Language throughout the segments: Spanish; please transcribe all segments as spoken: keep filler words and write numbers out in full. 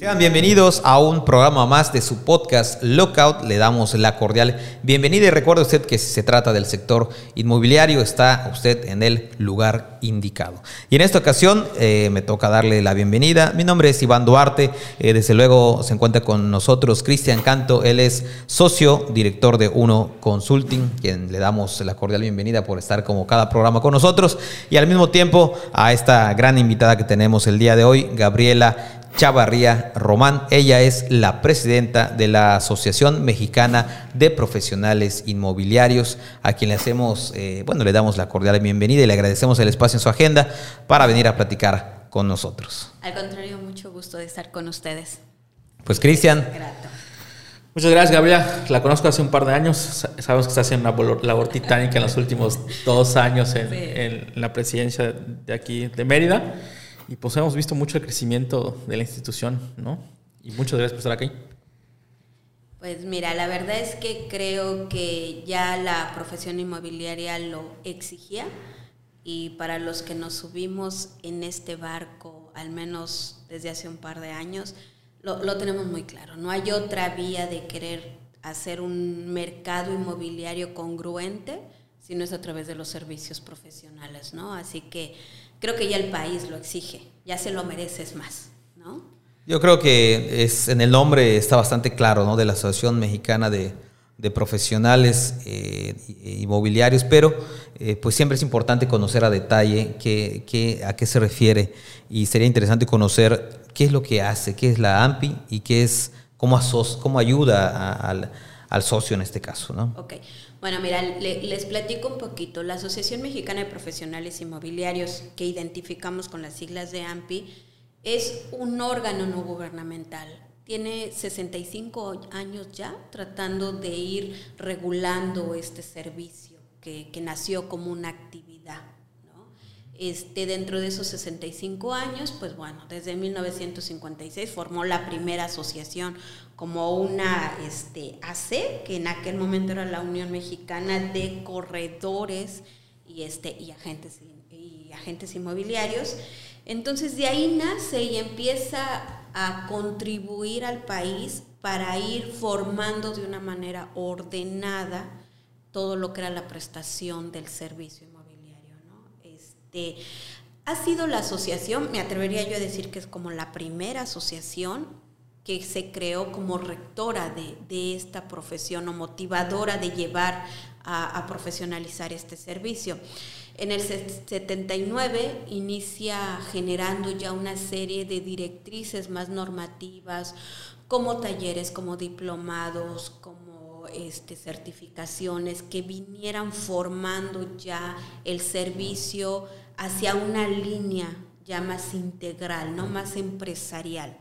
Sean bienvenidos a un programa más de su podcast Lockout. Le damos la cordial bienvenida y recuerde usted que si se trata del sector inmobiliario está usted en el lugar indicado. Y en esta ocasión eh, me toca darle la bienvenida. Mi nombre es Iván Duarte. Eh, desde luego se encuentra con nosotros Cristian Canto. Él es socio, director de Uno Consulting, quien le damos la cordial bienvenida por estar como cada programa con nosotros. Y al mismo tiempo a esta gran invitada que tenemos el día de hoy, Gabriela Chavarría Román. Ella es la presidenta de la Asociación Mexicana de Profesionales Inmobiliarios, a quien le hacemos, eh, bueno, le damos la cordial bienvenida y le agradecemos el espacio en su agenda para venir a platicar con nosotros. Al contrario, mucho gusto de estar con ustedes. Pues Cristian. Muchas gracias, Gabriela. La conozco hace un par de años. Sabemos que está haciendo una labor titánica en los últimos dos años en, sí. en la presidencia de aquí de Mérida. Y pues hemos visto mucho el crecimiento de la institución, ¿no? Y muchas gracias por estar aquí. Pues mira, la verdad es que creo que ya la profesión inmobiliaria lo exigía, y para los que nos subimos en este barco, al menos desde hace un par de años, lo, lo tenemos muy claro. No hay otra vía de querer hacer un mercado inmobiliario congruente si no es a través de los servicios profesionales, ¿no? Así que creo que ya el país lo exige, ya se lo mereces más, ¿no? Yo creo que es, en el nombre está bastante claro, ¿no? De la Asociación Mexicana de, de Profesionales eh, Inmobiliarios, pero eh, pues siempre es importante conocer a detalle qué, qué, a qué se refiere, y sería interesante conocer qué es lo que hace, qué es la A M P I y qué es, cómo, aso- cómo ayuda a, al, al socio en este caso, ¿no? Ok. Bueno, mira, le, les platico un poquito. La Asociación Mexicana de Profesionales Inmobiliarios, que identificamos con las siglas de A M P I, es un órgano no gubernamental. Tiene sesenta y cinco años ya tratando de ir regulando este servicio que, que nació como una actividad, ¿no? Este, dentro de esos sesenta y cinco años, pues bueno, desde mil novecientos cincuenta y seis formó la primera asociación como una este, A C, que en aquel momento era la Unión Mexicana de Corredores y, este, y, agentes, y agentes inmobiliarios. Entonces de ahí nace y empieza a contribuir al país para ir formando de una manera ordenada todo lo que era la prestación del servicio inmobiliario, ¿no? Este, ha sido la asociación, me atrevería yo a decir que es como la primera asociación que se creó como rectora de, de esta profesión o motivadora de llevar a, a profesionalizar este servicio. En el setenta y nueve inicia generando ya una serie de directrices más normativas, como talleres, como diplomados, como este, certificaciones que vinieran formando ya el servicio hacia una línea ya más integral, ¿no? Más empresarial.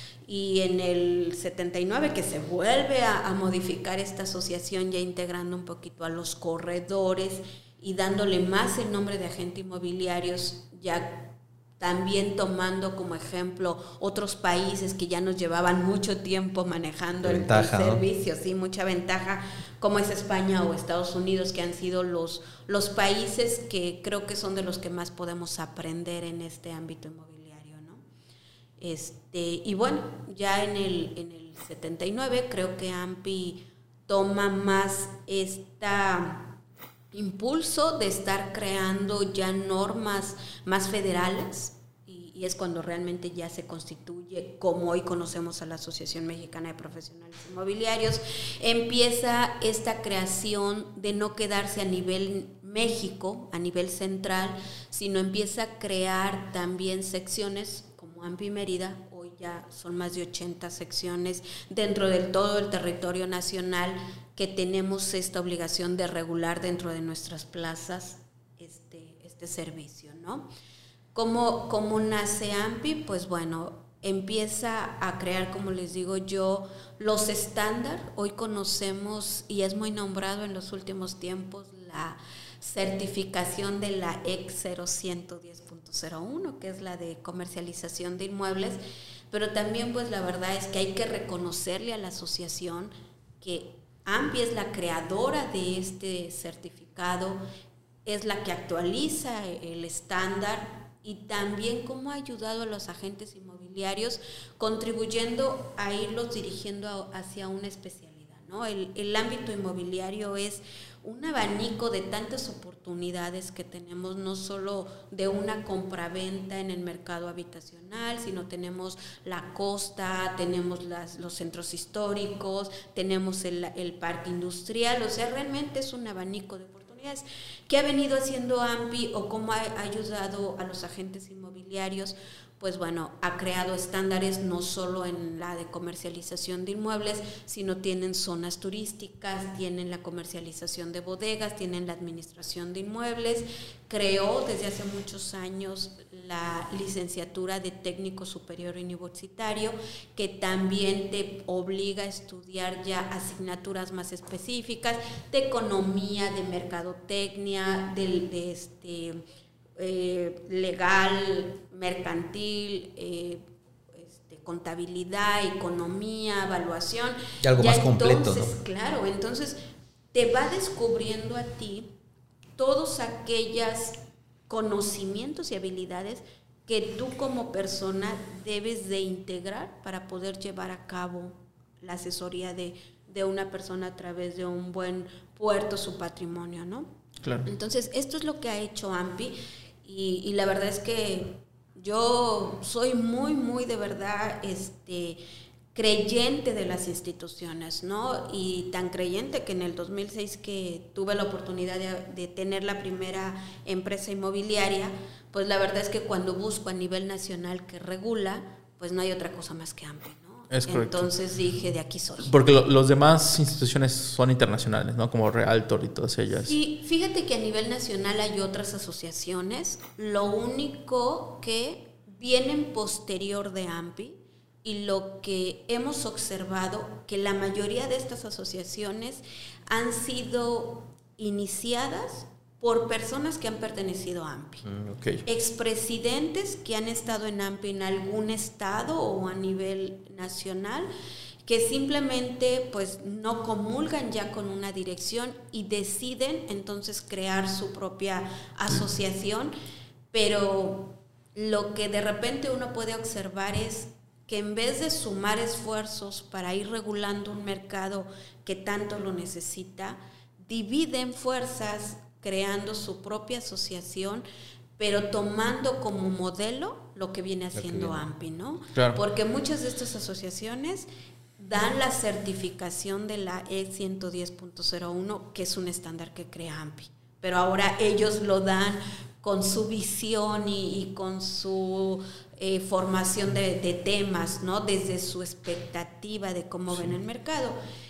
Y en el setenta y nueve que se vuelve a, a modificar esta asociación, ya integrando un poquito a los corredores y dándole más el nombre de agentes inmobiliarios, ya también tomando como ejemplo otros países que ya nos llevaban mucho tiempo manejando el, ventaja, el servicio, ¿no? Sí, mucha ventaja, como es España o Estados Unidos, que han sido los, los países que creo que son de los que más podemos aprender en este ámbito inmobiliario. Este, y bueno, ya en el, en el setenta y nueve creo que A M P I toma más este impulso de estar creando ya normas más federales, y, y es cuando realmente ya se constituye como hoy conocemos a la Asociación Mexicana de Profesionales Inmobiliarios. Empieza esta creación de no quedarse a nivel México, a nivel central, sino empieza a crear también secciones como A M P I Mérida. Hoy ya son más de ochenta secciones dentro de todo el territorio nacional que tenemos esta obligación de regular dentro de nuestras plazas este, este servicio, ¿no? ¿Cómo, cómo nace A M P I? Pues bueno, empieza a crear, como les digo yo, los estándares. Hoy conocemos, y es muy nombrado en los últimos tiempos, la certificación de la E C cero ciento diez punto cero uno, que es la de comercialización de inmuebles, pero también pues la verdad es que hay que reconocerle a la asociación que A M P I es la creadora de este certificado, es la que actualiza el estándar, y también cómo ha ayudado a los agentes inmobiliarios inmobiliarios, contribuyendo a irlos dirigiendo a, hacia una especialidad, ¿no? El, el ámbito inmobiliario es un abanico de tantas oportunidades que tenemos, no solo de una compraventa en el mercado habitacional, sino tenemos la costa, tenemos las, los centros históricos, tenemos el, el parque industrial, o sea, realmente es un abanico de oportunidades. ¿Qué ha venido haciendo AMPI o cómo ha ayudado a los agentes inmobiliarios? Pues bueno, ha creado estándares no solo en la de comercialización de inmuebles, sino tienen zonas turísticas, tienen la comercialización de bodegas, tienen la administración de inmuebles. Creó desde hace muchos años la licenciatura de técnico superior universitario, que también te obliga a estudiar ya asignaturas más específicas de economía, de mercadotecnia, de, de este... Eh, legal, mercantil, eh, este, contabilidad, economía, evaluación. Y algo ya más completo, entonces, ¿no? Claro, entonces te va descubriendo a ti todos aquellos conocimientos y habilidades que tú como persona debes de integrar para poder llevar a cabo la asesoría de, de una persona a través de un buen puerto, su patrimonio, ¿no? Claro. Entonces, esto es lo que ha hecho AMPI. Y, y la verdad es que yo soy muy, muy de verdad este, creyente de las instituciones, ¿no? Y tan creyente que en el dos mil seis que tuve la oportunidad de, de tener la primera empresa inmobiliaria, pues la verdad es que cuando busco a nivel nacional que regula, pues no hay otra cosa más que AMPI, ¿no? Es correcto. Entonces dije, de aquí soy. Porque lo, los demás instituciones son internacionales, ¿no? Como Realtor y todas ellas. Sí, fíjate que a nivel nacional hay otras asociaciones. Lo único que vienen posterior de AMPI y lo que hemos observado, que la mayoría de estas asociaciones han sido iniciadas por personas que han pertenecido a AMPI. Mm, okay. Expresidentes que han estado en AMPI en algún estado o a nivel nacional, que simplemente pues no comulgan ya con una dirección y deciden entonces crear su propia asociación, pero lo que de repente uno puede observar es que en vez de sumar esfuerzos para ir regulando un mercado que tanto lo necesita, dividen fuerzas creando su propia asociación, pero tomando como modelo lo que viene haciendo okay. AMPI, ¿no? Claro. Porque muchas de estas asociaciones dan la certificación de la E ciento diez punto cero uno, que es un estándar que crea AMPI, pero ahora ellos lo dan con su visión y, y con su eh, formación de, de temas, ¿no? Desde su expectativa de cómo sí. ven el mercado.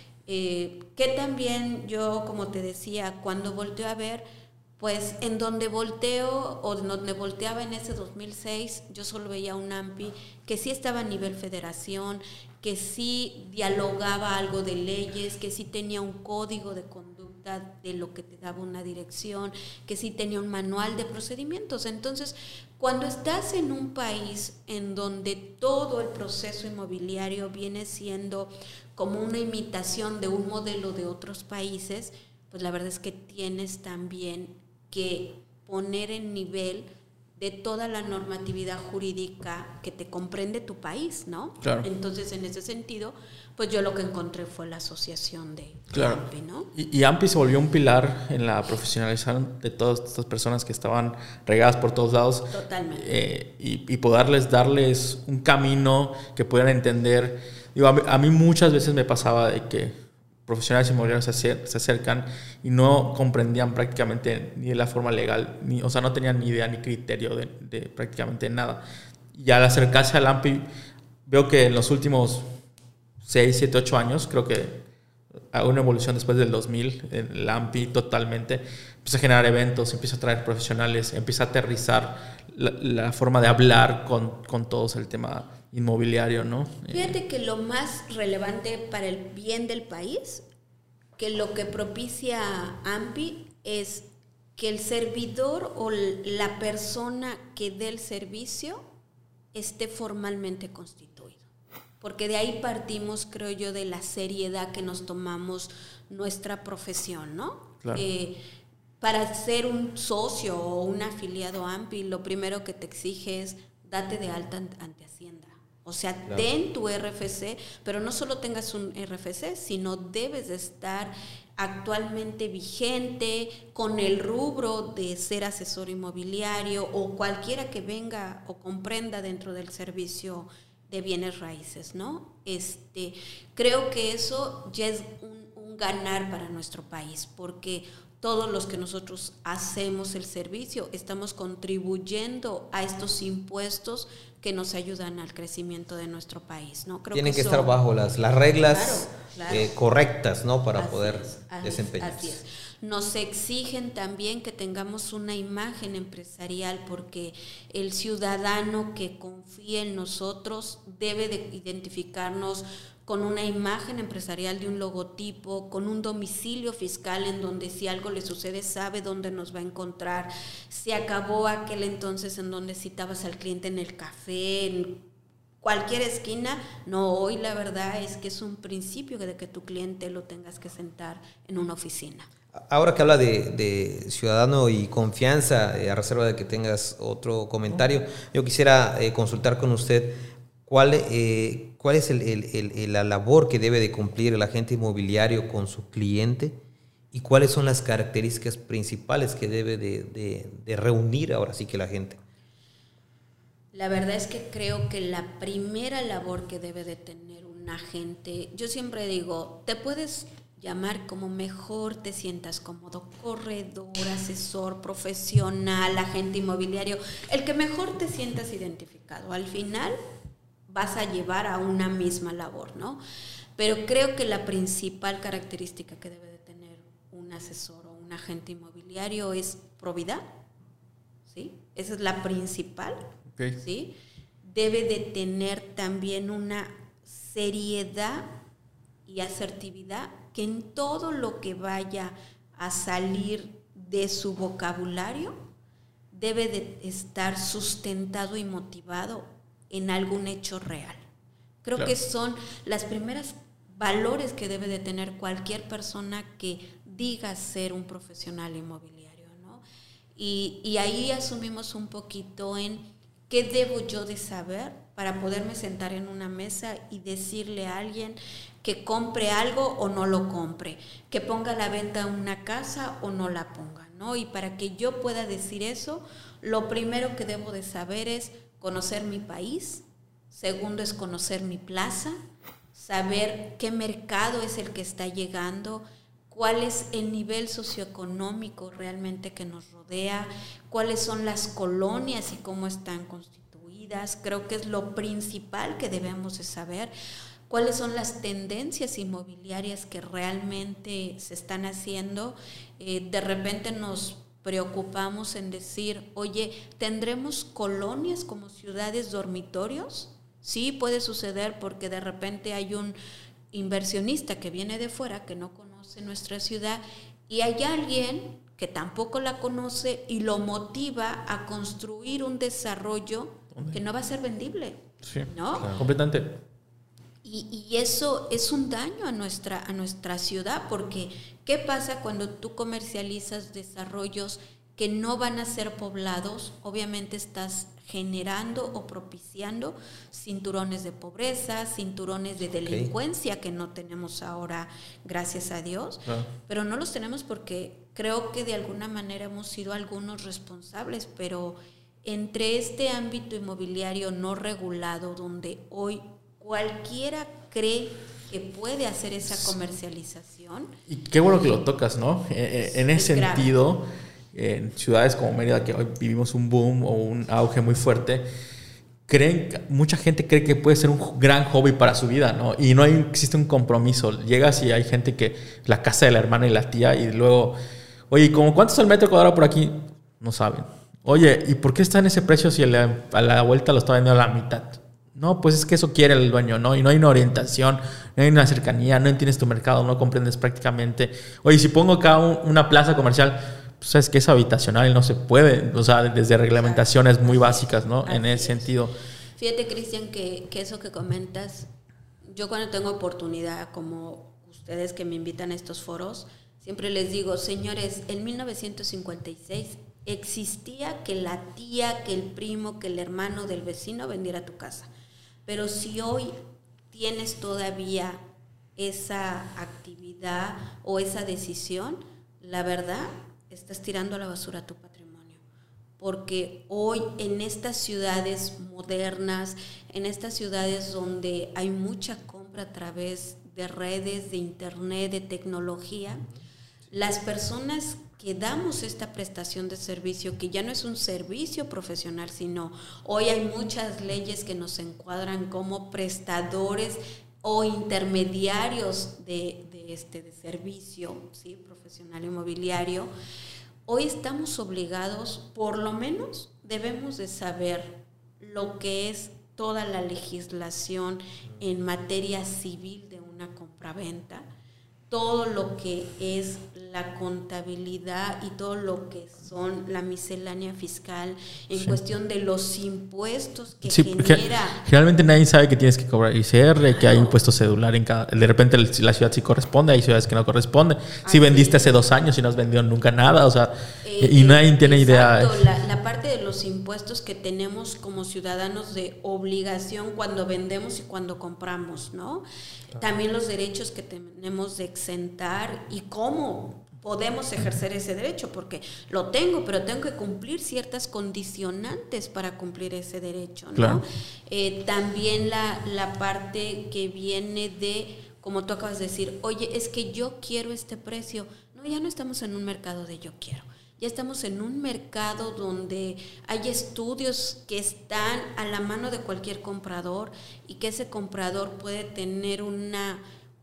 Eh, que también yo, como te decía, cuando volteo a ver, pues en donde volteo o donde volteaba en ese dos mil seis, yo solo veía un AMPI que sí estaba a nivel federación, que sí dialogaba algo de leyes, que sí tenía un código de conducta de lo que te daba una dirección, que sí tenía un manual de procedimientos. Entonces, cuando estás en un país en donde todo el proceso inmobiliario viene siendo como una imitación de un modelo de otros países, pues la verdad es que tienes también que poner en nivel de toda la normatividad jurídica que te comprende tu país, ¿no? Claro. Entonces, en ese sentido, pues yo lo que encontré fue la asociación de, claro. de AMPI, ¿no? Y, y AMPI se volvió un pilar en la profesionalización de todas estas personas que estaban regadas por todos lados. Totalmente. Eh, y, y poderles darles un camino que pudieran entender. Digo, a mí, a mí muchas veces me pasaba de que profesionales inmobiliarios se, acer, se acercan y no comprendían prácticamente ni de la forma legal, ni, o sea, no tenían ni idea ni criterio de, de prácticamente nada. Y al acercarse al AMPI, veo que en los últimos seis, siete, ocho años, creo que hay una evolución después del dos mil, el AMPI totalmente, empieza a generar eventos, empieza a traer profesionales, empieza a aterrizar la, la forma de hablar con, con todos el tema inmobiliario, ¿no? Fíjate que lo más relevante para el bien del país, que lo que propicia AMPI es que el servidor o la persona que dé el servicio esté formalmente constituido. Porque de ahí partimos, creo yo, de la seriedad que nos tomamos nuestra profesión, ¿no? Claro. Eh, para ser un socio o un afiliado AMPI, lo primero que te exige es date de alta ante Hacienda. O sea, claro. ten tu R F C, pero no solo tengas un R F C, sino debes de estar actualmente vigente con el rubro de ser asesor inmobiliario o cualquiera que venga o comprenda dentro del servicio de bienes raíces, ¿no? Este, creo que eso ya es un, un ganar para nuestro país, porque todos los que nosotros hacemos el servicio estamos contribuyendo a estos impuestos que nos ayudan al crecimiento de nuestro país, ¿no? Creo Tienen que, que estar bajo las, las reglas claro, claro. Eh, correctas, ¿no? Para así poder es, así desempeñarse. Así es. Nos exigen también que tengamos una imagen empresarial, porque el ciudadano que confía en nosotros debe de identificarnos con una imagen empresarial de un logotipo, con un domicilio fiscal en donde si algo le sucede sabe dónde nos va a encontrar. Se acabó aquel entonces en donde citabas al cliente en el café, en cualquier esquina. No, hoy la verdad es que es un principio de que tu cliente lo tengas que sentar en una oficina. Ahora que habla de, de ciudadano y confianza, eh, a reserva de que tengas otro comentario, yo quisiera eh, consultar con usted cuál, eh, cuál es el, el, el, la labor que debe de cumplir el agente inmobiliario con su cliente y cuáles son las características principales que debe de, de, de reunir ahora sí que la gente. La verdad es que creo que la primera labor que debe de tener un agente, yo siempre digo, te puedes llamar como mejor te sientas cómodo, corredor, asesor, profesional, agente inmobiliario, el que mejor te sientas identificado. Al final vas a llevar a una misma labor, ¿no? Pero creo que la principal característica que debe de tener un asesor o un agente inmobiliario es probidad, ¿sí? Esa es la principal, okay. ¿Sí? Debe de tener también una seriedad y asertividad que en todo lo que vaya a salir de su vocabulario debe de estar sustentado y motivado en algún hecho real. Creo claro. que son las primeras valores que debe de tener cualquier persona que diga ser un profesional inmobiliario, ¿no? Y, y ahí asumimos un poquito en qué debo yo de saber para poderme sentar en una mesa y decirle a alguien que compre algo o no lo compre, que ponga a la venta una casa o no la ponga, ¿no? Y para que yo pueda decir eso, lo primero que debo de saber es conocer mi país, segundo es conocer mi plaza, saber qué mercado es el que está llegando, cuál es el nivel socioeconómico realmente que nos rodea, cuáles son las colonias y cómo están constituidas. Creo que es lo principal que debemos de saber. Cuáles son las tendencias inmobiliarias que realmente se están haciendo. Eh, de repente nos preocupamos en decir, oye, ¿tendremos colonias como ciudades dormitorios? Sí, puede suceder porque de repente hay un inversionista que viene de fuera, que no conoce nuestra ciudad, y hay alguien que tampoco la conoce y lo motiva a construir un desarrollo que no va a ser vendible. Sí, ¿no? Claro. Completamente. Y, y eso es un daño a nuestra, a nuestra ciudad, porque ¿qué pasa cuando tú comercializas desarrollos que no van a ser poblados? Obviamente estás generando o propiciando cinturones de pobreza, cinturones de delincuencia, okay, que no tenemos ahora, gracias a Dios, claro. Pero no los tenemos porque creo que de alguna manera hemos sido algunos responsables, pero entre este ámbito inmobiliario no regulado, donde hoy cualquiera cree que puede hacer esa comercialización. Y qué bueno que lo tocas, ¿no? Eh, en ese sentido, grave. En ciudades como Mérida, que hoy vivimos un boom o un auge muy fuerte, creen, mucha gente cree que puede ser un gran hobby para su vida, ¿no? Y no hay, existe un compromiso. Llegas y hay gente que la casa de la hermana y la tía, y luego, oye, ¿cómo cuánto es el metro cuadrado por aquí? No saben. Oye, ¿y por qué está en ese precio si a la, a la vuelta lo está vendiendo a la mitad? No, pues es que eso quiere el dueño, ¿no? Y no hay una orientación, no hay una cercanía, no entiendes tu mercado, no comprendes prácticamente. Oye, si pongo acá un, una plaza comercial, pues sabes que es habitacional y no se puede, o sea, desde reglamentaciones muy básicas, ¿no? En ese sentido. Fíjate, Cristian, que, que eso que comentas, yo cuando tengo oportunidad, como ustedes que me invitan a estos foros, siempre les digo, señores, en mil novecientos cincuenta y seis existía que la tía, que el primo, que el hermano del vecino vendiera tu casa. Pero si hoy tienes todavía esa actividad o esa decisión, la verdad, estás tirando a la basura tu patrimonio. Porque hoy en estas ciudades modernas, en estas ciudades donde hay mucha compra a través de redes, de internet, de tecnología, las personas que damos esta prestación de servicio, que ya no es un servicio profesional, sino hoy hay muchas leyes que nos encuadran como prestadores o intermediarios de, de, este, de servicio, ¿sí? Profesional inmobiliario. Hoy estamos obligados, por lo menos debemos de saber lo que es toda la legislación en materia civil de una compraventa, todo lo que es la contabilidad y todo lo que son la miscelánea fiscal en sí. cuestión de los impuestos que sí, genera. Generalmente nadie sabe que tienes que cobrar I C R, claro. que hay impuesto cedular en cada. De repente la ciudad sí corresponde, hay ciudades que no corresponden. Si vendiste hace dos años y no has vendido nunca nada, o sea, eh, y nadie eh, tiene exacto, idea. La, la parte de los impuestos que tenemos como ciudadanos de obligación cuando vendemos y cuando compramos, ¿no? También los derechos que tenemos de exentar y cómo podemos ejercer ese derecho, porque lo tengo, pero tengo que cumplir ciertas condicionantes para cumplir ese derecho, ¿no? Claro. Eh, también la, la parte que viene de, como tú acabas de decir, oye, es que yo quiero este precio. No, ya no estamos en un mercado de yo quiero. Ya estamos en un mercado donde hay estudios que están a la mano de cualquier comprador y que ese comprador puede tener una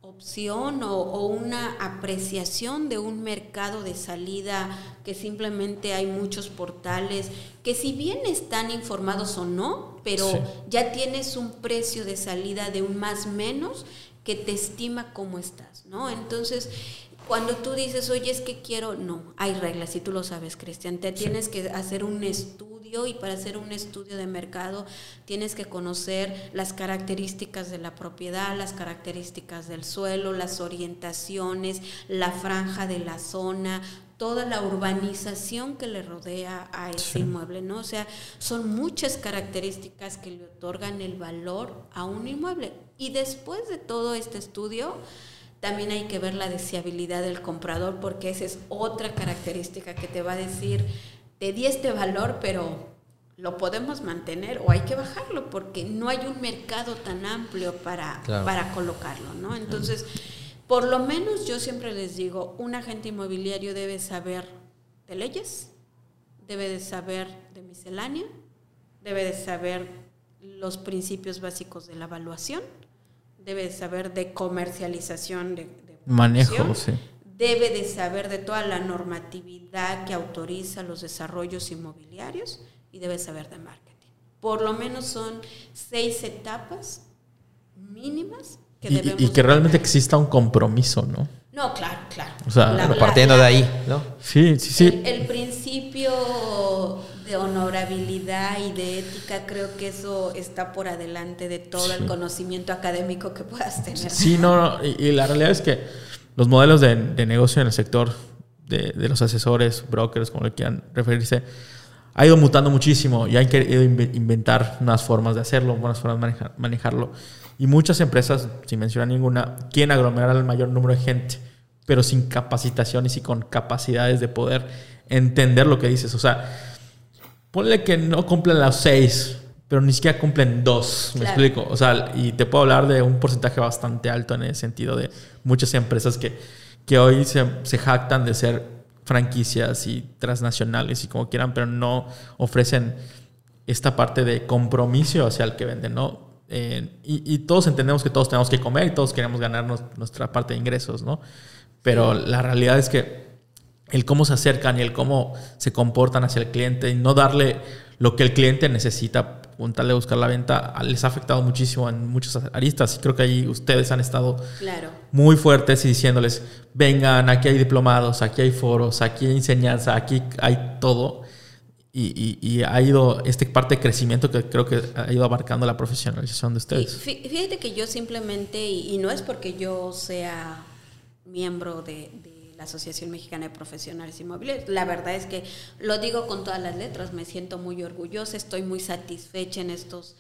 opción o, o una apreciación de un mercado de salida, que simplemente hay muchos portales que si bien están informados o no, pero sí. ya tienes un precio de salida de un más menos que te estima cómo estás, ¿no? Entonces, cuando tú dices, oye, es que quiero, no, hay reglas, y tú lo sabes, Cristian, te sí. tienes que hacer un estudio, y para hacer un estudio de mercado tienes que conocer las características de la propiedad, las características del suelo, las orientaciones, la franja de la zona, toda la urbanización que le rodea a ese sí. inmueble, ¿no? O sea, son muchas características que le otorgan el valor a un inmueble. Y después de todo este estudio, también hay que ver la deseabilidad del comprador, porque esa es otra característica que te va a decir, te di este valor, pero lo podemos mantener o hay que bajarlo, porque no hay un mercado tan amplio para, claro. para colocarlo, ¿no? Entonces, por lo menos yo siempre les digo, un agente inmobiliario debe saber de leyes, debe de saber de miscelánea, debe de saber los principios básicos de la evaluación, debe de saber de comercialización de, de manejo, sí. debe de saber de toda la normatividad que autoriza los desarrollos inmobiliarios y debe saber de marketing. Por lo menos son seis etapas mínimas que y, debemos y que realmente exista un compromiso, ¿no? No, claro, claro. O sea, la, partiendo la, de ahí, ¿no? Sí, sí, sí. El, el principio de honorabilidad y de ética, creo que eso está por adelante de todo sí. el conocimiento académico que puedas tener. Sí, no, no y, y la realidad es que los modelos de, de negocio en el sector de, de los asesores, brokers, como le quieran referirse, ha ido mutando muchísimo y han querido inventar unas formas de hacerlo, buenas formas de manejar, manejarlo. Y muchas empresas, sin mencionar ninguna, quieren aglomerar al mayor número de gente, pero sin capacitación y sin con capacidades de poder entender lo que dices. O sea, ponle que no cumplen las seis, pero ni siquiera cumplen dos, ¿me claro. explico? O sea, y te puedo hablar de un porcentaje bastante alto en ese sentido de muchas empresas que, que hoy se, se jactan de ser franquicias y transnacionales y como quieran, pero no ofrecen esta parte de compromiso hacia el que venden, ¿no? Eh, y, y todos entendemos que todos tenemos que comer y todos queremos ganarnos nuestra parte de ingresos, ¿no? Pero sí. la realidad es que el cómo se acercan y el cómo se comportan hacia el cliente y no darle lo que el cliente necesita, puntarle a buscar la venta, les ha afectado muchísimo en muchas aristas. Y creo que ahí ustedes han estado claro. muy fuertes y diciéndoles, vengan, aquí hay diplomados, aquí hay foros, aquí hay enseñanza, aquí hay todo. Y, y, y ha ido este parte de crecimiento que creo que ha ido abarcando la profesionalización de ustedes. Fíjate que yo simplemente, y, y no es porque yo sea miembro de, de la Asociación Mexicana de Profesionales Inmobiliarios, la verdad es que lo digo con todas las letras, me siento muy orgullosa, estoy muy satisfecha en estos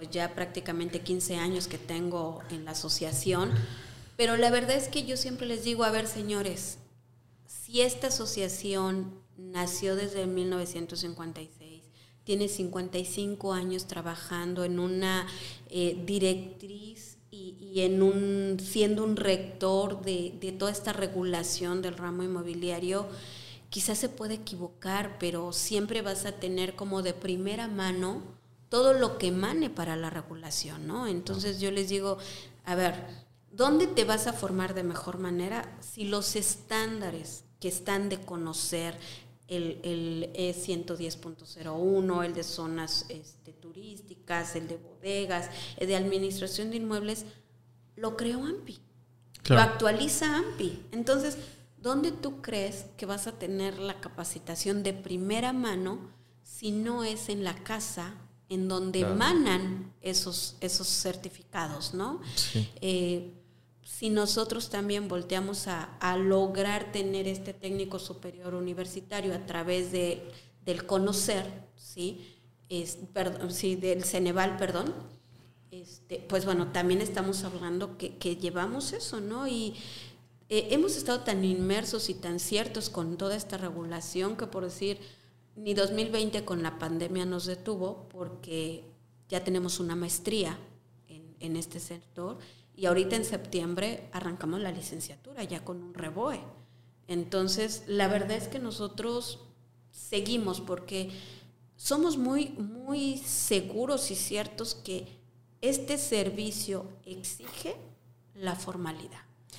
pues ya prácticamente quince años que tengo en la asociación, pero la verdad es que yo siempre les digo, a ver, señores, si esta asociación nació desde mil novecientos cincuenta y seis, tiene cincuenta y cinco años trabajando en una eh, directriz y, y en un siendo un rector de, de toda esta regulación del ramo inmobiliario, quizás se puede equivocar, pero siempre vas a tener como de primera mano todo lo que emane para la regulación, ¿no? Entonces yo les digo, a ver, ¿dónde te vas a formar de mejor manera si los estándares que están de conocer, el, el E ciento diez punto cero uno, el de zonas este, turísticas, el de bodegas, el de administración de inmuebles, lo creó AMPI, claro. Lo actualiza AMPI. Entonces, ¿dónde tú crees que vas a tener la capacitación de primera mano si no es en la casa en donde claro. emanan esos, esos certificados, ¿no? Sí. Eh, si nosotros también volteamos a, a lograr tener este técnico superior universitario a través de, del conocer, ¿sí? Es, perdón, sí, del Ceneval, perdón, este, pues bueno, también estamos hablando que, que llevamos eso, ¿no? Y eh, hemos estado tan inmersos y tan ciertos con toda esta regulación que, por decir, ni dos mil veinte con la pandemia nos detuvo, porque ya tenemos una maestría en, en este sector. Y ahorita en septiembre arrancamos la licenciatura ya con un REBOE. Entonces, la verdad es que nosotros seguimos porque somos muy, muy seguros y ciertos que este servicio exige la formalidad.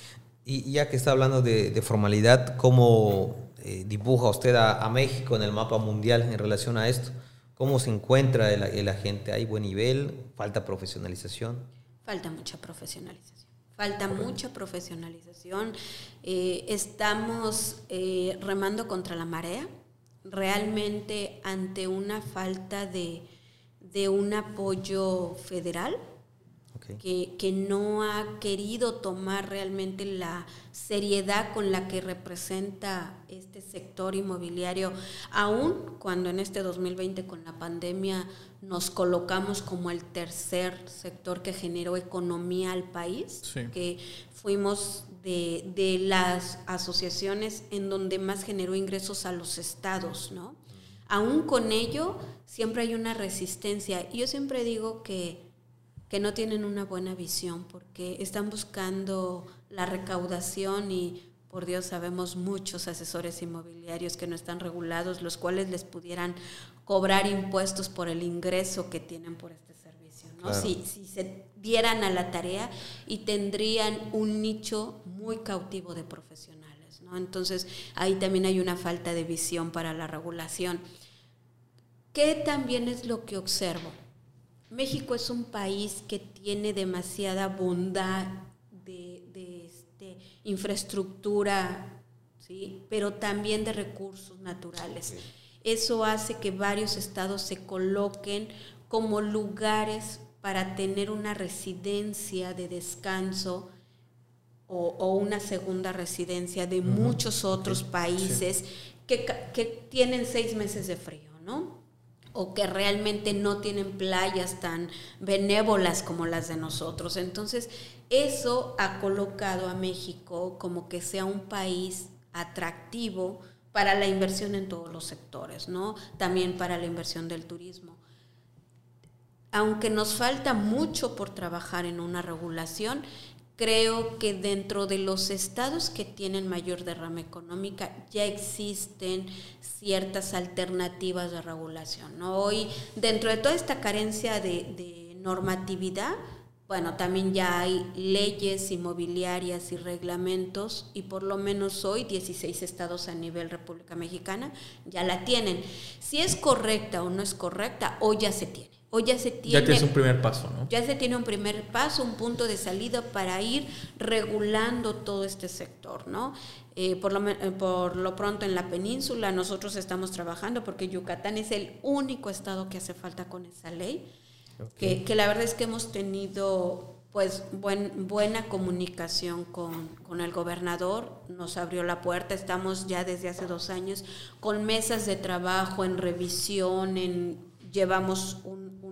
Y ya que está hablando de, de formalidad, ¿cómo eh, dibuja usted a, a México en el mapa mundial en relación a esto? ¿Cómo se encuentra el, el agente? ¿Hay buen nivel? ¿Falta profesionalización? Falta mucha profesionalización. Falta Correcto. mucha profesionalización. Eh, estamos eh, remando contra la marea, realmente ante una falta de, de un apoyo federal. Okay. Que, que no ha querido tomar realmente la seriedad con la que representa este sector inmobiliario, aun cuando en este dos mil veinte con la pandemia nos colocamos como el tercer sector que generó economía al país, sí. que fuimos de, de las asociaciones en donde más generó ingresos a los estados, ¿no? Aún con ello, siempre hay una resistencia. Y yo siempre digo que que no tienen una buena visión porque están buscando la recaudación y, por Dios, sabemos muchos asesores inmobiliarios que no están regulados, los cuales les pudieran cobrar impuestos por el ingreso que tienen por este servicio, ¿no? Claro. Si, si se dieran a la tarea y tendrían un nicho muy cautivo de profesionales, ¿no? Entonces, ahí también hay una falta de visión para la regulación. ¿Qué también es lo que observo? México es un país que tiene demasiada bondad de, de este, infraestructura, ¿sí? Pero también de recursos naturales. Sí. Eso hace que varios estados se coloquen como lugares para tener una residencia de descanso o, o una segunda residencia de uh-huh. muchos otros okay. países sí. que, que tienen seis meses de frío, ¿no? O que realmente no tienen playas tan benévolas como las de nosotros. Entonces, eso ha colocado a México como que sea un país atractivo para la inversión en todos los sectores, ¿no? También para la inversión del turismo. Aunque nos falta mucho por trabajar en una regulación, creo que dentro de los estados que tienen mayor derrama económica ya existen ciertas alternativas de regulación, ¿no? Hoy, dentro de toda esta carencia de, de normatividad, bueno, también ya hay leyes inmobiliarias y reglamentos, y por lo menos hoy dieciséis estados a nivel República Mexicana ya la tienen. Si es correcta o no es correcta, hoy ya se tiene. Hoy ya se tiene, ya tienes un primer paso, ¿no? Ya se tiene un primer paso, un punto de salida para ir regulando todo este sector, ¿no? Eh, por, lo, eh, por lo pronto en la península nosotros estamos trabajando porque Yucatán es el único estado que hace falta con esa ley, okay. que, que la verdad es que hemos tenido pues buen, buena comunicación con, con el gobernador, nos abrió la puerta, estamos ya desde hace dos años con mesas de trabajo en revisión, en... Llevamos un, un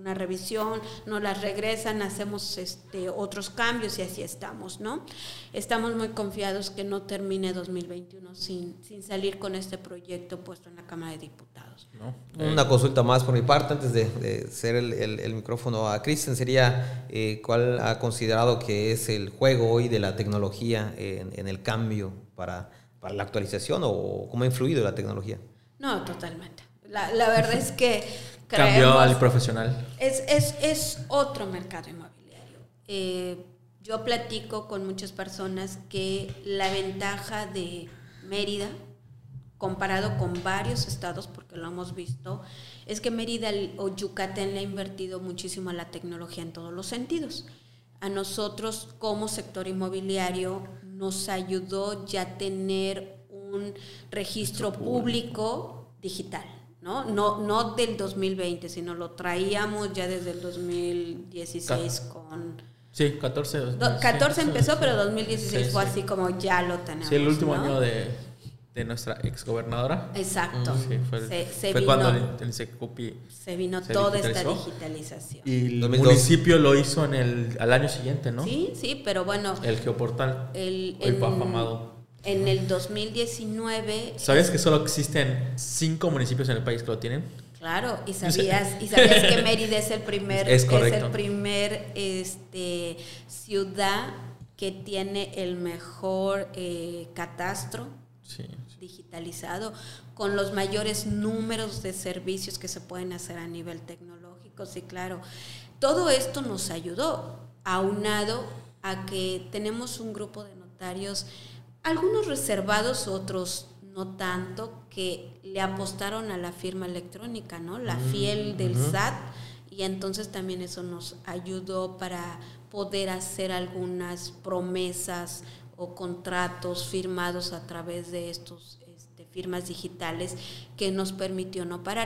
una revisión, nos las regresan, hacemos este, otros cambios y así estamos, ¿no? Estamos muy confiados que no termine dos mil veintiuno sin, sin salir con este proyecto puesto en la Cámara de Diputados. ¿No? Una consulta más por mi parte, antes de, de hacer el, el, el micrófono a Cristian, sería eh, ¿cuál ha considerado que es el juego hoy de la tecnología en, en el cambio para, para la actualización o cómo ha influido la tecnología? No, totalmente. La, la verdad es que cambió al profesional. Es, es, es otro mercado inmobiliario. Eh, yo platico con muchas personas que la ventaja de Mérida, comparado con varios estados, porque lo hemos visto, es que Mérida o Yucatán le ha invertido muchísimo a la tecnología en todos los sentidos. A nosotros como sector inmobiliario nos ayudó ya tener un registro público digital. ¿No? No, no del dos mil veinte, sino lo traíamos ya desde el dos mil dieciséis con... Sí, catorce. Do, catorce sí, empezó, sí, pero dos mil dieciséis sí, fue sí. así como ya lo tenemos. Sí, el último ¿no? año de, de nuestra exgobernadora. Exacto. Sí, fue se, se fue vino, cuando el, el Secupi se vino se toda esta digitalización. Y el dos mil dos municipio lo hizo en el, al año siguiente, ¿no? Sí, sí, pero bueno... El Geoportal, el, el afamado. En el dos mil diecinueve... ¿Sabías que solo existen cinco municipios en el país que lo tienen? Claro, y sabías, y sabías que Mérida es el primer, es, es el primer este, ciudad que tiene el mejor eh, catastro sí, sí. digitalizado, con los mayores números de servicios que se pueden hacer a nivel tecnológico. Sí, claro. Todo esto nos ayudó, aunado a que tenemos un grupo de notarios, algunos reservados, otros no tanto, que le apostaron a la firma electrónica, ¿no? La fiel del uh-huh. S A T, y entonces también eso nos ayudó para poder hacer algunas promesas o contratos firmados a través de estos este, firmas digitales que nos permitió no parar.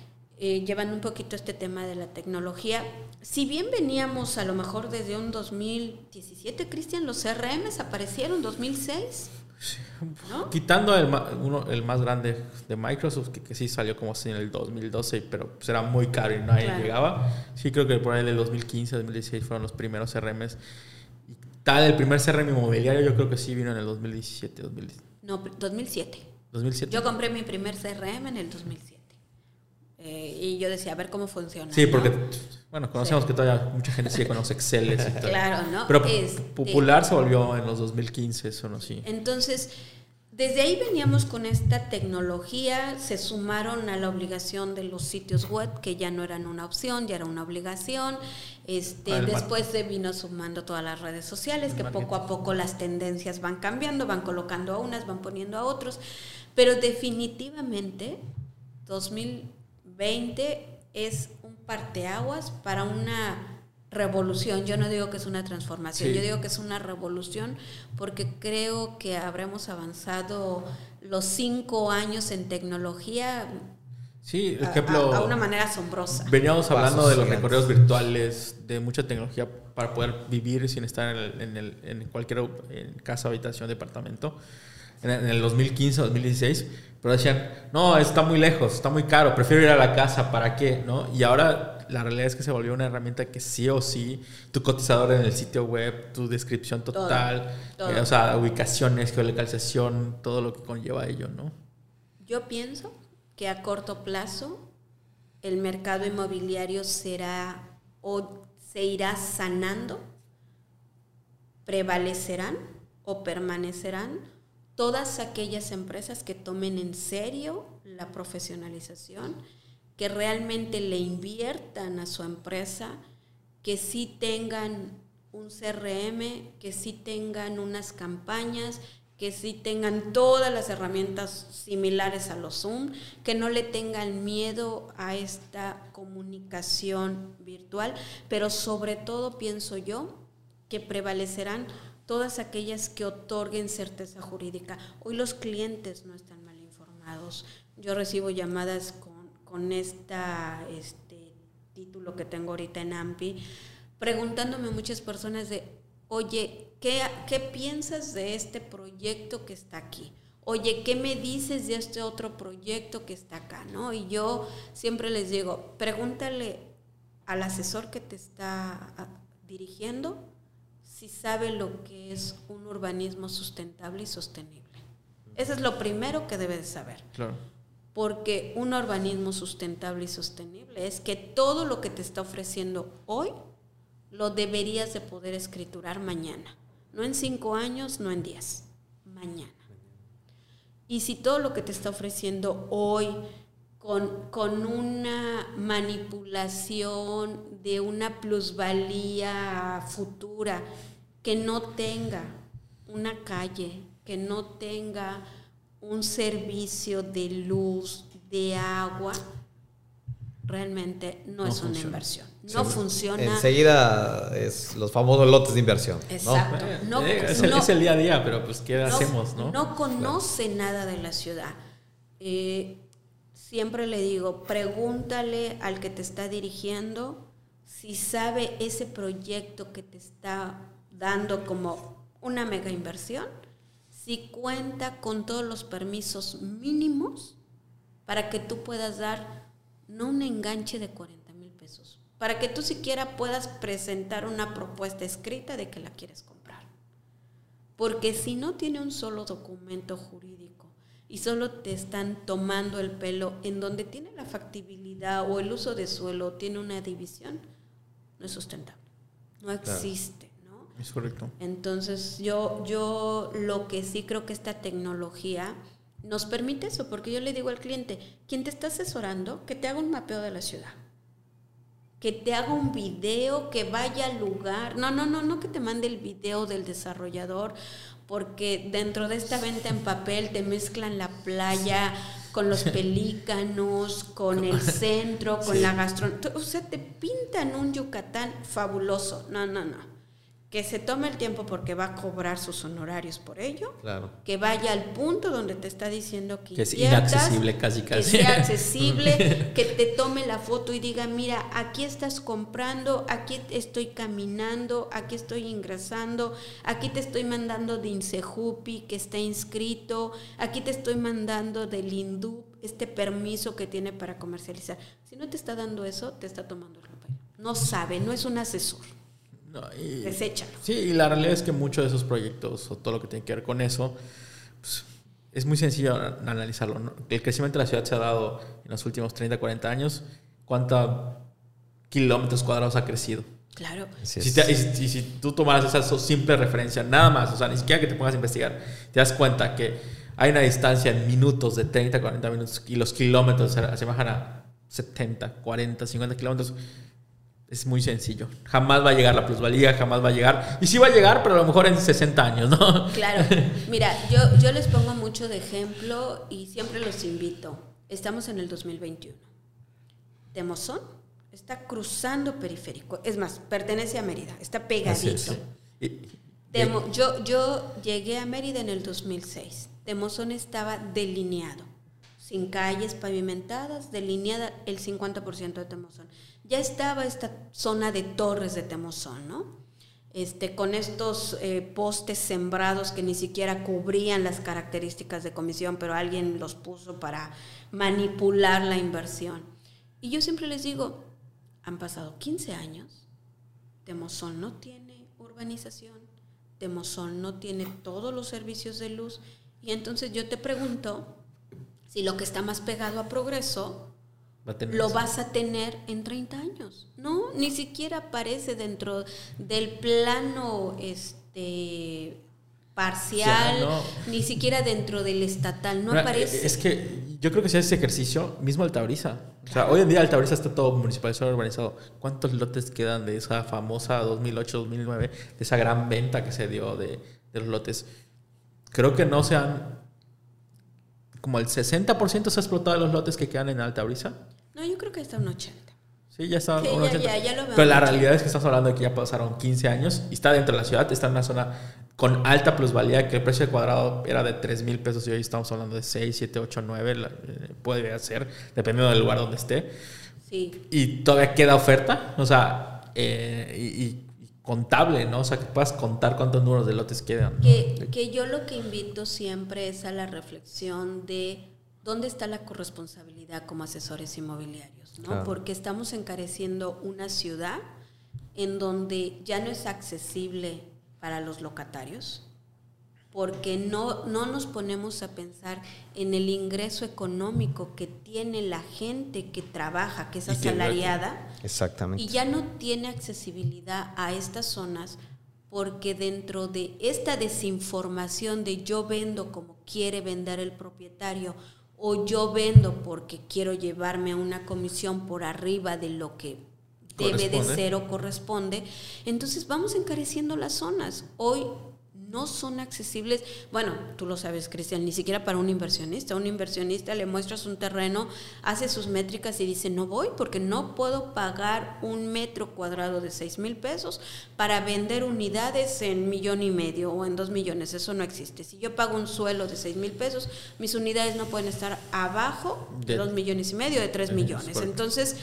Eh, llevando un poquito este tema de la tecnología, si bien veníamos a lo mejor desde un dos mil diecisiete, Cristian, los C R Ms aparecieron dos mil seis, ¿no? Quitando el, uno, el más grande de Microsoft, que, que sí salió como así en el dos mil doce, pero pues era muy caro y nadie claro. llegaba. Sí, creo que por ahí el dos mil quince, dos mil dieciséis fueron los primeros C R Ms. Y tal, el primer C R M inmobiliario yo creo que sí vino en el dos mil diecisiete, dos mil diecisiete. No, dos mil siete. dos mil siete. Yo compré mi primer C R M en el dos mil siete. Eh, y yo decía, a ver cómo funciona. Sí, ¿no? porque, bueno, conocemos sí. que todavía mucha gente sigue con los Exceles y todo. Claro, ¿no? Pero este, popular se volvió en los dos mil quince, eso no sí. Entonces, desde ahí veníamos con esta tecnología, se sumaron a la obligación de los sitios web, que ya no eran una opción, ya era una obligación. Este, después se vino sumando todas las redes sociales, que poco a poco las tendencias van cambiando, van colocando a unas, van poniendo a otros. Pero definitivamente, dos mil veinte es un parteaguas para una revolución. Yo no digo que es una transformación, sí. yo digo que es una revolución, porque creo que habremos avanzado los cinco años en tecnología sí, ejemplo, a, a una manera asombrosa. Veníamos hablando de los recorridos virtuales, de mucha tecnología para poder vivir sin estar en, el, en, el, en cualquier en casa, habitación, departamento. En el dos mil quince, dos mil dieciséis, pero decían, no, está muy lejos, está muy caro, prefiero ir a la casa, ¿para qué? ¿No? Y ahora la realidad es que se volvió una herramienta que sí o sí, tu cotizador en el sitio web, tu descripción total, todo, todo. Eh, o sea, ubicaciones, geolocalización, todo lo que conlleva ello, ¿no? Yo pienso que a corto plazo el mercado inmobiliario será o se irá sanando, prevalecerán o permanecerán todas aquellas empresas que tomen en serio la profesionalización, que realmente le inviertan a su empresa, que sí tengan un C R M, que sí tengan unas campañas, que sí tengan todas las herramientas similares a los Zoom, que no le tengan miedo a esta comunicación virtual, pero sobre todo pienso yo que prevalecerán todas aquellas que otorguen certeza jurídica. Hoy los clientes no están mal informados. Yo recibo llamadas con, con esta, este título que tengo ahorita en AMPI, preguntándome muchas personas de, oye, ¿qué, qué piensas de este proyecto que está aquí? Oye, ¿qué me dices de este otro proyecto que está acá? ¿No? Y yo siempre les digo, pregúntale al asesor que te está dirigiendo si sabe lo que es un urbanismo sustentable y sostenible. Eso es lo primero que debe de saber. Claro. Porque un urbanismo sustentable y sostenible es que todo lo que te está ofreciendo hoy lo deberías de poder escriturar mañana. No en cinco años, no en diez. Mañana. Y si todo lo que te está ofreciendo hoy con, con una manipulación de una plusvalía futura que no tenga una calle, que no tenga un servicio de luz, de agua, realmente no, no es funciona. Una inversión. No sí, funciona. Enseguida es los famosos lotes de inversión. Exacto. ¿No? No, eh, es, el, no, es el día a día, pero pues ¿qué no, hacemos? No, no conoce claro. nada de la ciudad. Eh, siempre le digo, pregúntale al que te está dirigiendo si sabe ese proyecto que te está dando como una mega inversión, si cuenta con todos los permisos mínimos para que tú puedas dar no un enganche de cuarenta mil pesos, para que tú siquiera puedas presentar una propuesta escrita de que la quieres comprar. Porque si no tiene un solo documento jurídico y solo te están tomando el pelo en donde tiene la factibilidad o el uso de suelo, tiene una división, no es sustentable, no existe. Claro. Es correcto. Entonces yo, yo lo que sí creo que esta tecnología nos permite eso, porque yo le digo al cliente, quien te está asesorando, que te haga un mapeo de la ciudad, que te haga un video, que vaya al lugar, no, no, no, no que te mande el video del desarrollador, porque dentro de esta venta en papel te mezclan la playa con los pelícanos, con el centro, con sí. la gastronomía, o sea, te pintan un Yucatán fabuloso, no, no, no. Que se tome el tiempo porque va a cobrar sus honorarios por ello, claro. que vaya al punto donde te está diciendo que, que es inaccesible casi casi. Que sea accesible, que te tome la foto y diga, mira, aquí estás comprando, aquí estoy caminando, aquí estoy ingresando, aquí te estoy mandando de INSEJUPI que está inscrito, aquí te estoy mandando del INDUP este permiso que tiene para comercializar. Si no te está dando eso, te está tomando el papel. No sabe, no es un asesor. No, y, Deséchalo. Sí, y la realidad es que muchos de esos proyectos o todo lo que tiene que ver con eso, pues, es muy sencillo analizarlo, ¿no? El crecimiento de la ciudad se ha dado en los últimos treinta, cuarenta años. ¿Cuántos kilómetros cuadrados ha crecido? Claro. Si te, y, si, y si tú tomaras esa simple referencia, nada más, o sea, ni siquiera que te pongas a investigar, te das cuenta que hay una distancia en minutos de treinta, cuarenta minutos y los kilómetros se, se bajan a setenta, cuarenta, cincuenta kilómetros. Es muy sencillo. Jamás va a llegar la plusvalía, jamás va a llegar. Y sí va a llegar, pero a lo mejor en sesenta años, ¿no? Claro. Mira, yo, yo les pongo mucho de ejemplo y siempre los invito. Estamos en el dos mil veintiuno. Temozón está cruzando periférico. Es más, pertenece a Mérida. Está pegadito. Es, sí. y, Temo, yo, yo llegué a Mérida en el dos mil seis. Temozón estaba delineado. Sin calles pavimentadas, delineada el cincuenta por ciento de Temozón. Ya estaba esta zona de torres de Temozón, ¿no? Este, con estos eh, postes sembrados que ni siquiera cubrían las características de comisión, pero alguien los puso para manipular la inversión. Y yo siempre les digo, han pasado quince años, Temozón no tiene urbanización, Temozón no tiene todos los servicios de luz, y entonces yo te pregunto, si lo que está más pegado a Progreso Va lo eso. vas a tener en treinta años. No, ni siquiera aparece dentro del plano este parcial, o sea, no. Ni siquiera dentro del estatal, no Mira, aparece. Es que yo creo que si haces ese ejercicio, mismo Altabrisa. O sea, hoy en día Altabrisa está todo municipalizado, urbanizado. ¿Cuántos lotes quedan de esa famosa dos mil ocho, dos mil nueve, de esa gran venta que se dio de, de los lotes? Creo que no se han... Como el sesenta por ciento se ha explotado de los lotes que quedan en Altabrisa. No, yo creo que está un ochenta. Sí, ya está sí, un ya, ochenta. Ya, ya lo veo. Pero la realidad es que estamos hablando de que ya pasaron quince años y está dentro de la ciudad, está en una zona con alta plusvalía, que el precio de cuadrado era de tres mil pesos y hoy estamos hablando de seis, siete, ocho, nueve, puede ser, dependiendo del lugar donde esté. Sí. Y todavía queda oferta, o sea, eh, y, y contable, ¿no? O sea, que puedas contar cuántos números de lotes quedan, ¿no? Que, que yo lo que invito siempre es a la reflexión de ¿dónde está la corresponsabilidad como asesores inmobiliarios? ¿No? Claro. Porque estamos encareciendo una ciudad en donde ya no es accesible para los locatarios, porque no, no nos ponemos a pensar en el ingreso económico que tiene la gente que trabaja, que es asalariada. Exactamente. Y ya no tiene accesibilidad a estas zonas, porque dentro de esta desinformación de yo vendo como quiere vender el propietario, o yo vendo porque quiero llevarme a una comisión por arriba de lo que debe de ser o corresponde, entonces vamos encareciendo las zonas. Hoy no son accesibles, bueno, tú lo sabes, Cristian, ni siquiera para un inversionista. Un inversionista le muestras un terreno, hace sus métricas y dice, no voy porque no puedo pagar un metro cuadrado de seis mil pesos para vender unidades en millón y medio o en dos millones, eso no existe. Si yo pago un suelo de seis mil pesos, mis unidades no pueden estar abajo de, de dos millones y medio, de tres millones. Entonces,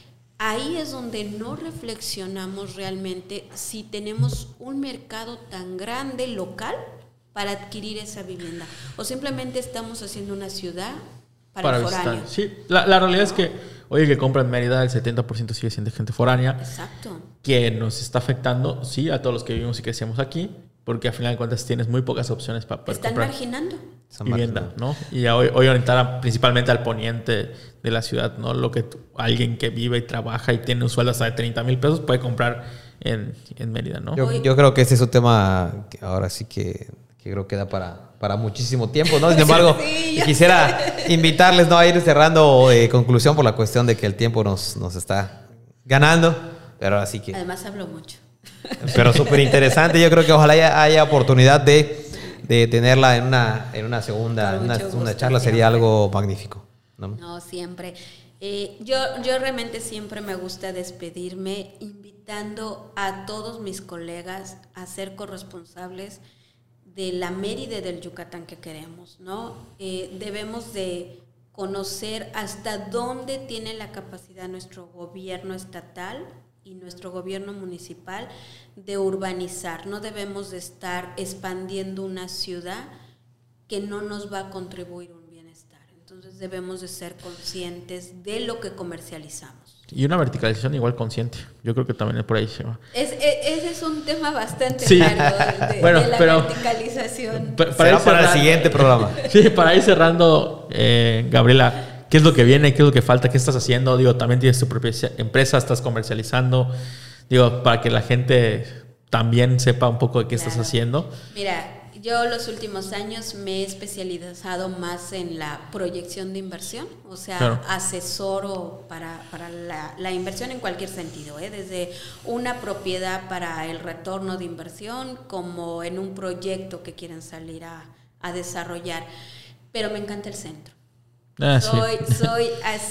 ahí es donde no reflexionamos realmente si tenemos un mercado tan grande local para adquirir esa vivienda, o simplemente estamos haciendo una ciudad para, para el foráneo. Sí, la, la realidad ¿no? es que hoy que compra en Mérida el setenta por ciento sigue siendo gente foránea. Exacto. Que nos está afectando, sí, a todos los que vivimos y crecemos aquí, porque al final de cuentas tienes muy pocas opciones para poder comprar. Están marginando. Vivienda, ¿no? Y hoy, hoy orientar principalmente al poniente de la ciudad, ¿no? Lo que tú, alguien que vive y trabaja y tiene un sueldo hasta de treinta mil pesos puede comprar en, en Mérida, ¿no? Yo, yo creo que ese es un tema que ahora sí que, que creo que da para, para muchísimo tiempo, ¿no? Sin embargo, sí, quisiera sé. invitarles, ¿no?, a ir cerrando eh, conclusión por la cuestión de que el tiempo nos, nos está ganando, pero así que... Además hablo mucho. Pero súper interesante. Yo creo que ojalá haya, haya oportunidad de, de tenerla en una, en una segunda, en una segunda charla. Sería algo magnífico, ¿no? No, siempre. Eh, yo, yo realmente siempre me gusta despedirme invitando a todos mis colegas a ser corresponsables de la Mérida del Yucatán que queremos, ¿no? Eh, debemos de conocer hasta dónde tiene la capacidad nuestro gobierno estatal y nuestro gobierno municipal de urbanizar. No debemos de estar expandiendo una ciudad que no nos va a contribuir un bienestar. Entonces debemos de ser conscientes de lo que comercializamos. Y una verticalización igual consciente. Yo creo que también es por ahí se va. Es, es, ese es un tema bastante sí. largo de, bueno, de la pero, verticalización. Para, para, para el siguiente programa. Sí, para ir cerrando, eh, Gabriela, ¿qué es lo que viene? ¿Qué es lo que falta? ¿Qué estás haciendo? Digo, también tienes tu propia empresa, estás comercializando. Digo, para que la gente también sepa un poco de qué claro. estás haciendo. Mira, yo los últimos años me he especializado más en la proyección de inversión, o sea, claro. asesoro para, para la, la inversión en cualquier sentido, ¿eh? Desde una propiedad para el retorno de inversión, como en un proyecto que quieren salir a, a desarrollar. Pero me encanta el centro. Ah, soy, sí. soy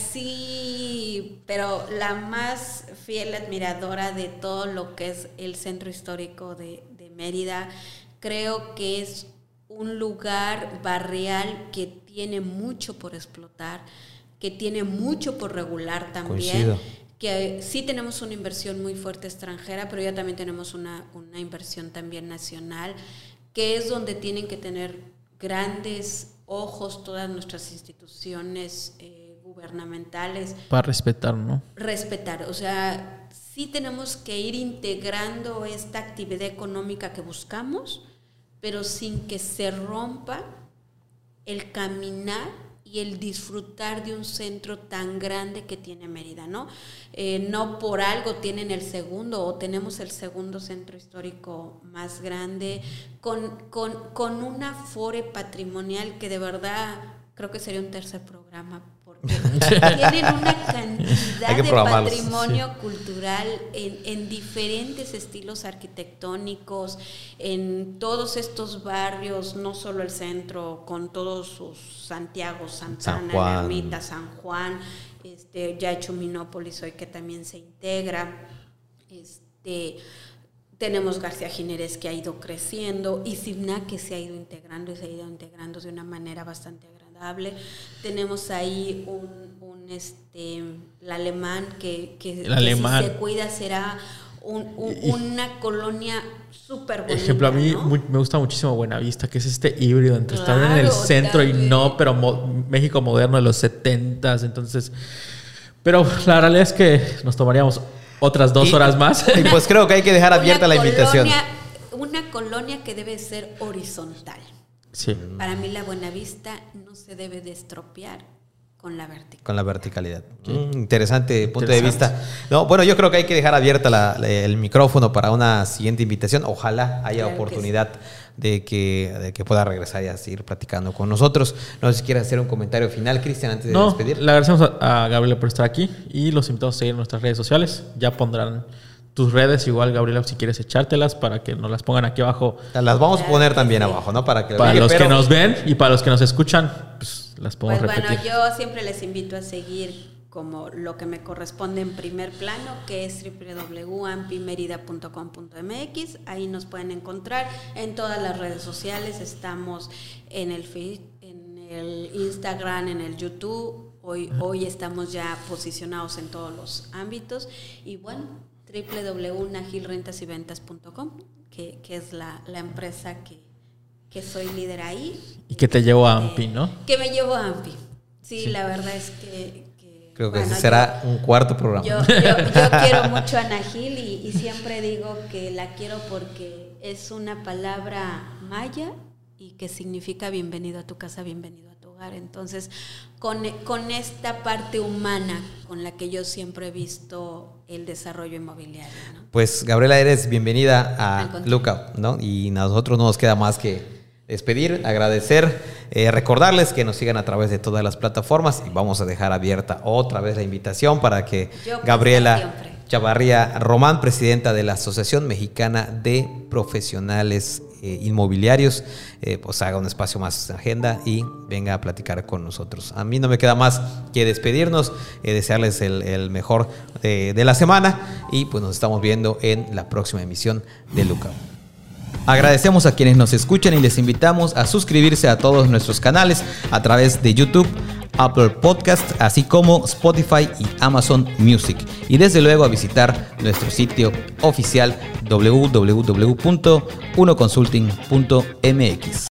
así, pero la más fiel admiradora de todo lo que es el centro histórico de, de Mérida. Creo que es un lugar barrial que tiene mucho por explotar, que tiene mucho por regular también. Coincido. Que sí tenemos una inversión muy fuerte extranjera, pero ya también tenemos una, una inversión también nacional, que es donde tienen que tener grandes ojos todas nuestras instituciones eh, gubernamentales. Para respetar, ¿no? Respetar, o sea, sí tenemos que ir integrando esta actividad económica que buscamos, pero sin que se rompa el caminar y el disfrutar de un centro tan grande que tiene Mérida, ¿no? Eh, no por algo tienen el segundo o tenemos el segundo centro histórico más grande, con, con, con un afore patrimonial que de verdad creo que sería un tercer programa, porque tienen una cantidad de patrimonio sí. cultural en, en diferentes estilos arquitectónicos, en todos estos barrios, no solo el centro, con todos sus Santiago, Santana, La Ermita, San Juan, este, ya hecho Minópolis hoy que también se integra, este, tenemos García Jiménez que ha ido creciendo y Signa que se ha ido integrando y se ha ido integrando de una manera bastante agradable. Tenemos ahí un, un este, el alemán que, que, que alemán. si se cuida será un, un, una colonia súper bonita. Ejemplo, a mí ¿no? muy, me gusta muchísimo Buenavista, que es este híbrido entre Claro, estar en el centro también. y no, pero mo- México moderno de los setentas, entonces... Pero la realidad es que nos tomaríamos otras dos Y- horas más. Y pues creo que hay que dejar abierta Una la invitación. colonia- Una colonia que debe ser horizontal. Sí. Para mí la Buenavista no se debe de estropear con la vertical. Con la verticalidad. Mm, interesante punto Interesante. de vista. No, bueno, yo creo que hay que dejar abierta la- la- el micrófono para una siguiente invitación. Ojalá haya Claro que oportunidad de, que, de que pueda regresar y a seguir platicando con nosotros. No sé si quieres hacer un comentario final, Cristian, antes de No, despedir. le agradecemos a, a Gabriela por estar aquí y los invitamos a seguir en nuestras redes sociales. Ya pondrán tus redes, igual Gabriela, si quieres echártelas para que nos las pongan aquí abajo. Las vamos a Claro poner que también sí. abajo, ¿no? Para que Para Oye, los pero- que nos ven y para los que nos escuchan, pues las Pues podemos bueno, repetir. yo siempre les invito a seguir como lo que me corresponde en primer plano, que es doble u doble u doble u punto ampimerida punto com punto m x. Ahí nos pueden encontrar en todas las redes sociales. Estamos en el Face, en el Instagram, en el YouTube. Hoy, hoy estamos ya posicionados en todos los ámbitos. Y bueno, doble u doble u doble u punto nagil rentas y ventas punto com, que, que es la, la empresa que, que soy líder ahí. Y que te llevo a Eh, Ampi, ¿no? Que me llevo a Ampi. Sí, Sí. la verdad es que... que, Creo que bueno, ese será yo- un cuarto programa. Yo, yo, yo quiero mucho a Nagil y, y siempre digo que la quiero porque es una palabra maya y que significa bienvenido a tu casa, bienvenido a tu hogar. Entonces, con, con esta parte humana con la que yo siempre he visto el desarrollo inmobiliario, ¿no? Pues Gabriela, eres bienvenida Al a contrario. Lookout, ¿no? Y a nosotros no nos queda más que despedir, agradecer, eh, recordarles que nos sigan a través de todas las plataformas y vamos a dejar abierta otra vez la invitación para que Yo Gabriela siempre. Chavarría Román, presidenta de la Asociación Mexicana de Profesionales eh, Inmobiliarios, eh, pues haga un espacio más en agenda y venga a platicar con nosotros. A mí no me queda más que despedirnos, eh, desearles el, el mejor de, de la semana y pues nos estamos viendo en la próxima emisión de Lookout. Agradecemos a quienes nos escuchan y les invitamos a suscribirse a todos nuestros canales a través de YouTube, Apple Podcast, así como Spotify y Amazon Music. Y desde luego a visitar nuestro sitio oficial doble u doble u doble u punto uno consulting punto m x.